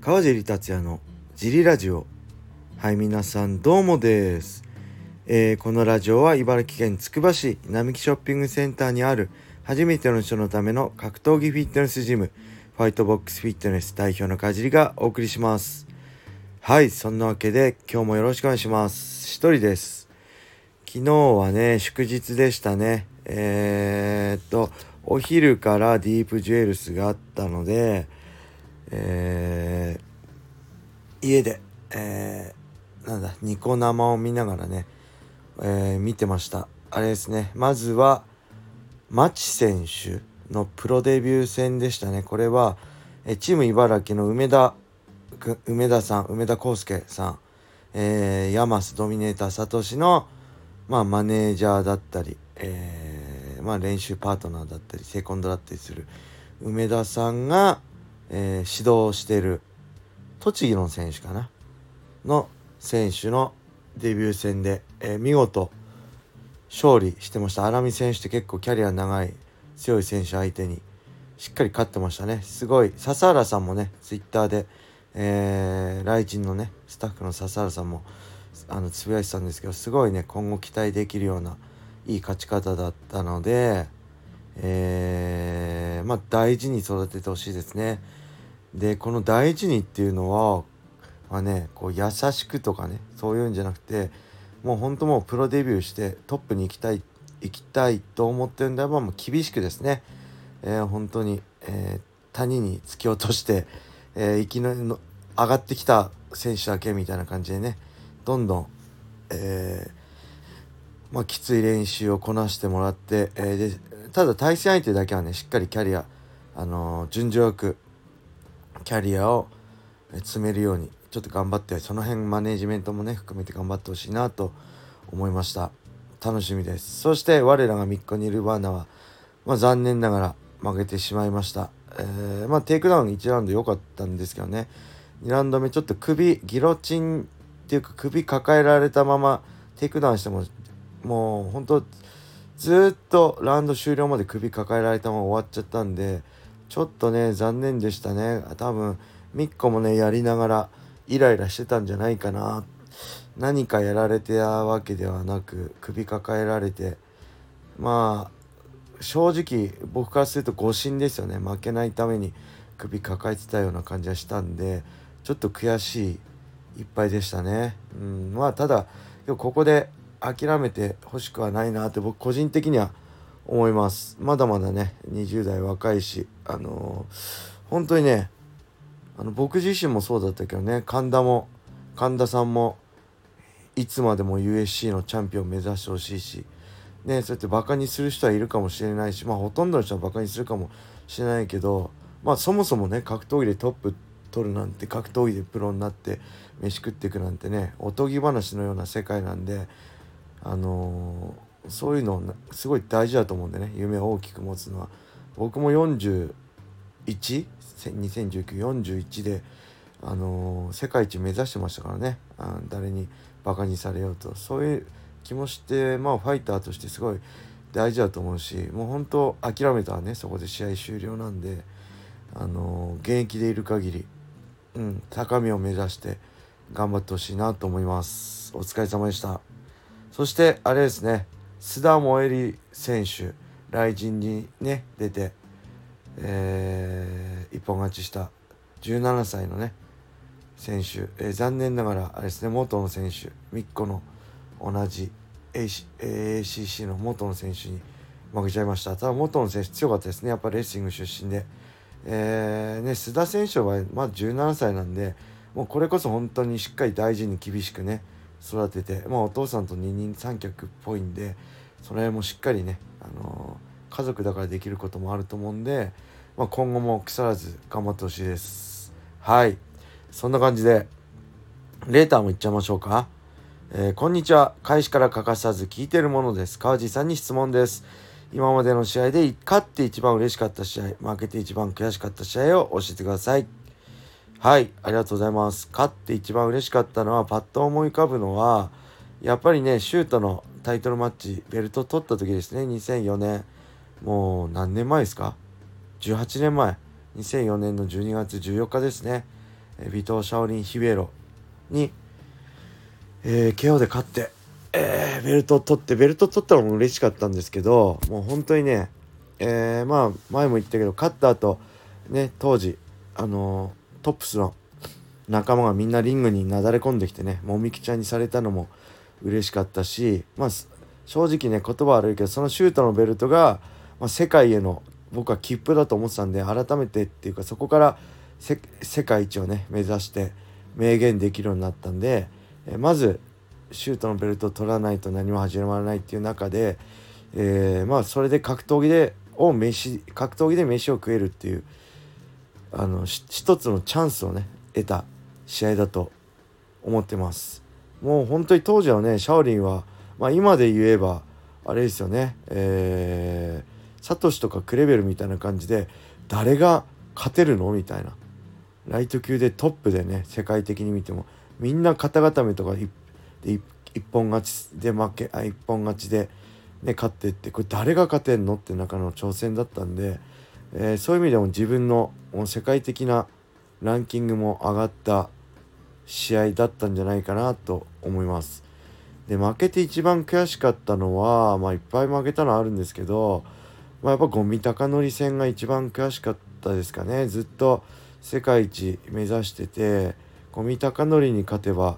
川尻達也のジリラジオ。はい、皆さんどうもです。このラジオは茨城県つくば市並木ショッピングセンターにある初めての人のための格闘技フィットネスジム、ファイトボックスフィットネス代表の川尻がお送りします。はい、そんなわけで今日もよろしくお願いします。一人です。昨日はね、祝日でしたね。お昼からディープジュエルスがあったので、家で、ニコ生を見ながらね、見てました。あれですね、まずは町選手のプロデビュー戦でしたね。これはチーム茨城の梅田康介さん、ヤマスドミネーターサトシの、マネージャーだったり、練習パートナーだったりセコンドだったりする梅田さんが、指導している栃木の選手かなの選手のデビュー戦で、見事勝利してました。荒見選手って結構キャリア長い強い選手相手にしっかり勝ってましたね。すごい。笹原さんもねツイッターで、ライジンのねスタッフの笹原さんもつぶやいてたんですけど、すごいね今後期待できるようないい勝ち方だったので、大事に育ててほしいですね。でこの大事にっていうのはこう優しくとかねそういうんじゃなくて、もうプロデビューしてトップに行きたいと思ってるんであれば、もう厳しくですね、本当に、谷に突き落として、生きの上がってきた選手だけみたいな感じでね、どんどん、きつい練習をこなしてもらって、でただ対戦相手だけはねしっかりキャリア順序よくキャリアを積めるようにちょっと頑張って、その辺マネージメントもね含めて頑張ってほしいなと思いました。楽しみです。そして我らがミッコ・ニルバーナは、残念ながら負けてしまいました。テイクダウン1ラウンド良かったんですけどね、2ラウンド目ちょっとギロチンっていうか首抱えられたままテイクダウンしてもうほんとずっとラウンド終了まで首抱えられたまま終わっちゃったんで、ちょっとね残念でしたね。多分ミッコもねやりながらイライラしてたんじゃないかな。何かやられてたわけではなく首抱えられて、正直僕からすると誤審ですよね。負けないために首抱えてたような感じがしたんで、ちょっと悔しい一敗でしたね。ただここで諦めてほしくはないなって僕個人的には思います。まだまだね20代若いし、本当にね僕自身もそうだったけどね、神田さんもいつまでも USC のチャンピオンを目指してほしいしね、そうやってバカにする人はいるかもしれないし、ほとんどの人はバカにするかもしれないけど、そもそもね格闘技でトップ取るなんて、格闘技でプロになって飯食っていくなんてね、おとぎ話のような世界なんで、そういうのすごい大事だと思うんでね、夢を大きく持つのは。僕も201941で世界一目指してましたからね。誰にバカにされようと、そういう気もして、ファイターとしてすごい大事だと思うし、もう本当諦めたらねそこで試合終了なんで、現役でいる限り、高みを目指して頑張ってほしいなと思います。お疲れ様でした。そしてあれですね、須田萌衣選手、来陣にね出て、一本勝ちした17歳のね選手、残念ながらあれですね、元の選手ミッコの同じ ACC の元の選手に負けちゃいました。ただ元の選手強かったですね、やっぱレスリング出身で、須田選手はまだ17歳なんで、もうこれこそ本当にしっかり大事に厳しくね育てて、お父さんと二人三脚っぽいんで、その辺もしっかりね、家族だからできることもあると思うんで、今後も腐らず頑張ってほしいです。はい、そんな感じでレーターもいっちゃいましょうか。こんにちは。開始から欠かさず聞いているものです。川地さんに質問です。今までの試合で勝って一番嬉しかった試合、負けて一番悔しかった試合を教えてください。はい、ありがとうございます。勝って一番嬉しかったのは、パッと思い浮かぶのはやっぱりね、シュートのタイトルマッチベルト取った時ですね。2004年、もう何年前ですか、18年前、2004年の12月14日ですね。 ビトー・シャオリン・ヒベロに、KO で勝って、ベルトを取ったのも嬉しかったんですけど、もう本当にね、まあ前も言ったけど勝った後ね、当時トップスの仲間がみんなリングになだれ込んできてね、もみくちゃにされたのも嬉しかったし、まあ正直ね、言葉悪いけどそのシュートのベルトが、世界への僕は切符だと思ってたんで、改めてっていうかそこから世界一をね目指して明言できるようになったんで、まずシュートのベルトを取らないと何も始まらないっていう中で、それで格闘技で飯を食えるっていう一つのチャンスをね得た試合だと思ってます。もう本当に当時はね、シャオリンは、今で言えばあれですよね、サトシとかクレベルみたいな感じで誰が勝てるのみたいな、ライト級でトップでね、世界的に見てもみんな肩固めとか一本勝ちで一本勝ちで、ね、勝ってって、これ誰が勝てんのって中の挑戦だったんで、そういう意味でも自分の世界的なランキングも上がった試合だったんじゃないかなと思います。で、負けて一番悔しかったのは、いっぱい負けたのはあるんですけど、やっぱ五味隆典戦が一番悔しかったですかね。ずっと世界一目指してて、五味隆典に勝てば、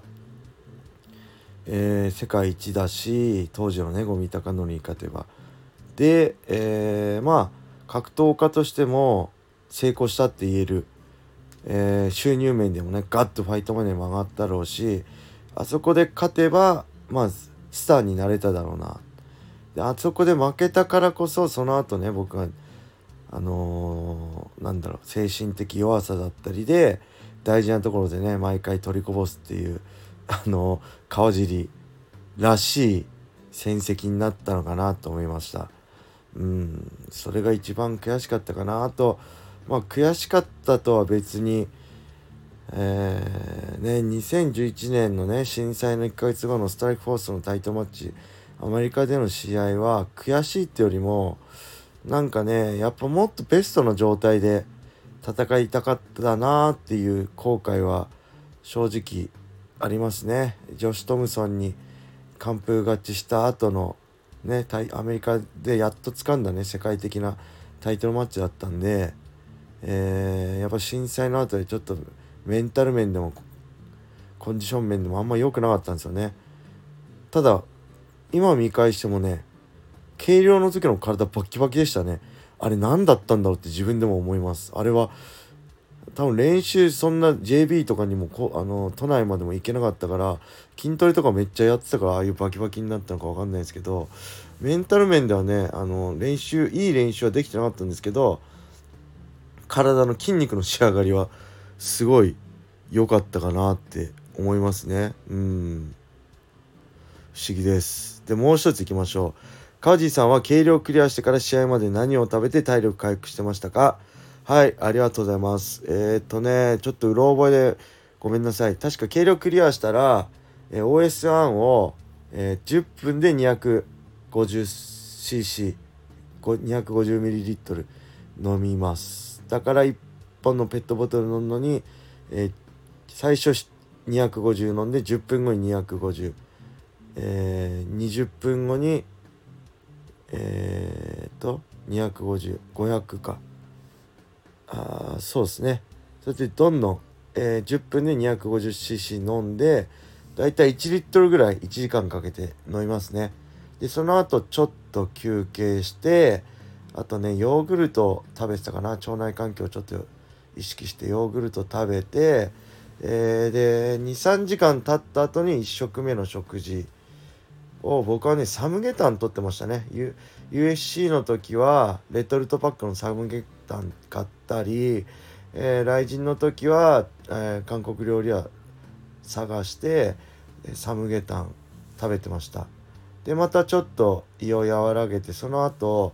世界一だし、当時のね五味隆典に勝てばで、格闘家としても成功したって言える、収入面でもねガッとファイトマネーも上がったろうし、あそこで勝てばスターになれただろうな。で、あそこで負けたからこそ、その後ね、僕が精神的弱さだったりで大事なところでね毎回取りこぼすっていう川尻らしい戦績になったのかなと思いました。それが一番悔しかったかな。あと悔しかったとは別に2011年のね震災の1ヶ月後のストライクフォースのタイトルマッチ、アメリカでの試合は悔しいってよりもやっぱもっとベストの状態で戦いたかったなっていう後悔は正直ありますね。ジョシュ・トムソンに完封勝ちした後のね、アメリカでやっと掴んだね世界的なタイトルマッチだったんで、やっぱ震災の後でちょっとメンタル面でもコンディション面でもあんま良くなかったんですよね。ただ今見返してもね、軽量の時の体バキバキでしたね。あれ何だったんだろうって自分でも思います。あれは多分練習そんな JB とかにも都内までも行けなかったから筋トレとかめっちゃやってたからああいうバキバキになったのか分かんないですけど、メンタル面ではねいい練習はできてなかったんですけど、体の筋肉の仕上がりはすごい良かったかなって思いますね。不思議です。で、もう一ついきましょう。川地さんは軽量クリアしてから試合まで何を食べて体力回復してましたか？はい、ありがとうございます。ちょっとうろ覚えでごめんなさい。確か軽量クリアしたら、OS1 を、10分で 250cc、250ml 飲みます。だから1本のペットボトル飲むのに、最初250飲んで10分後に250、20分後に250、500か。そうですね。そしてどんどん、10分で 250cc 飲んで、だいたい1リットルぐらい1時間かけて飲みますね。で、その後ちょっと休憩して、あとね、ヨーグルト食べてたかな。腸内環境をちょっと意識してヨーグルト食べて、で、2、3時間経った後に1食目の食事を僕はね、サムゲタン取ってましたね。USC の時はレトルトパックのサムゲタン買ったり、来人の時は、韓国料理屋探してサムゲタン食べてました。で、またちょっと胃を和らげて、その後、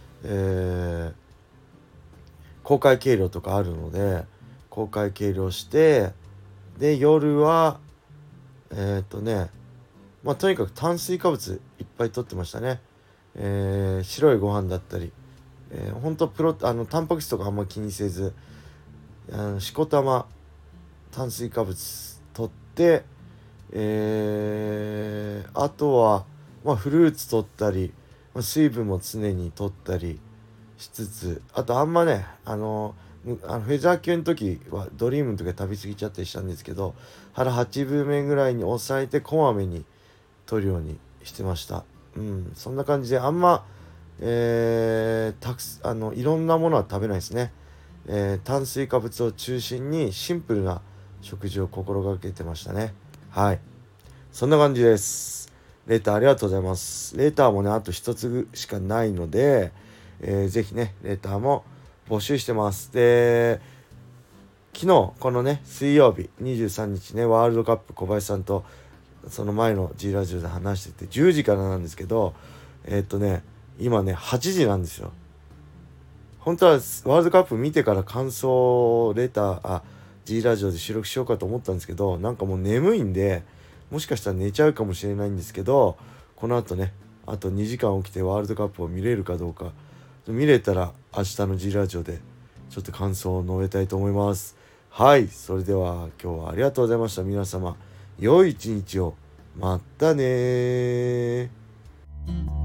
公開計量とかあるので公開計量して、で夜はとにかく炭水化物いっぱい摂ってましたね。白いご飯だったり、ほんとタンパク質とかあんま気にせず、しこたま炭水化物取って、あとは、フルーツ取ったり、水分も常に取ったりしつつ、あとあんまねフェザー級の時はドリームの時は食べ過ぎちゃったりしたんですけど、腹8分目ぐらいに抑えてこまめに取るようにしてました。そんな感じであんま、いろんなものは食べないですね。炭水化物を中心にシンプルな食事を心がけてましたね。はい、そんな感じです。レターありがとうございます。レターもねあと一つしかないので、ぜひねレターも募集してます。で、昨日このね水曜日23日ねワールドカップ小林さんとその前の G ラジオで話してて10時からなんですけど、今ね8時なんですよ。本当はワールドカップ見てから感想レターG ラジオで収録しようかと思ったんですけど、なんかもう眠いんでもしかしたら寝ちゃうかもしれないんですけど、この後ねあと2時間起きてワールドカップを見れるかどうか、見れたら明日の G ラジオでちょっと感想を述べたいと思います。はい、それでは今日はありがとうございました。皆様良い一日を。またね。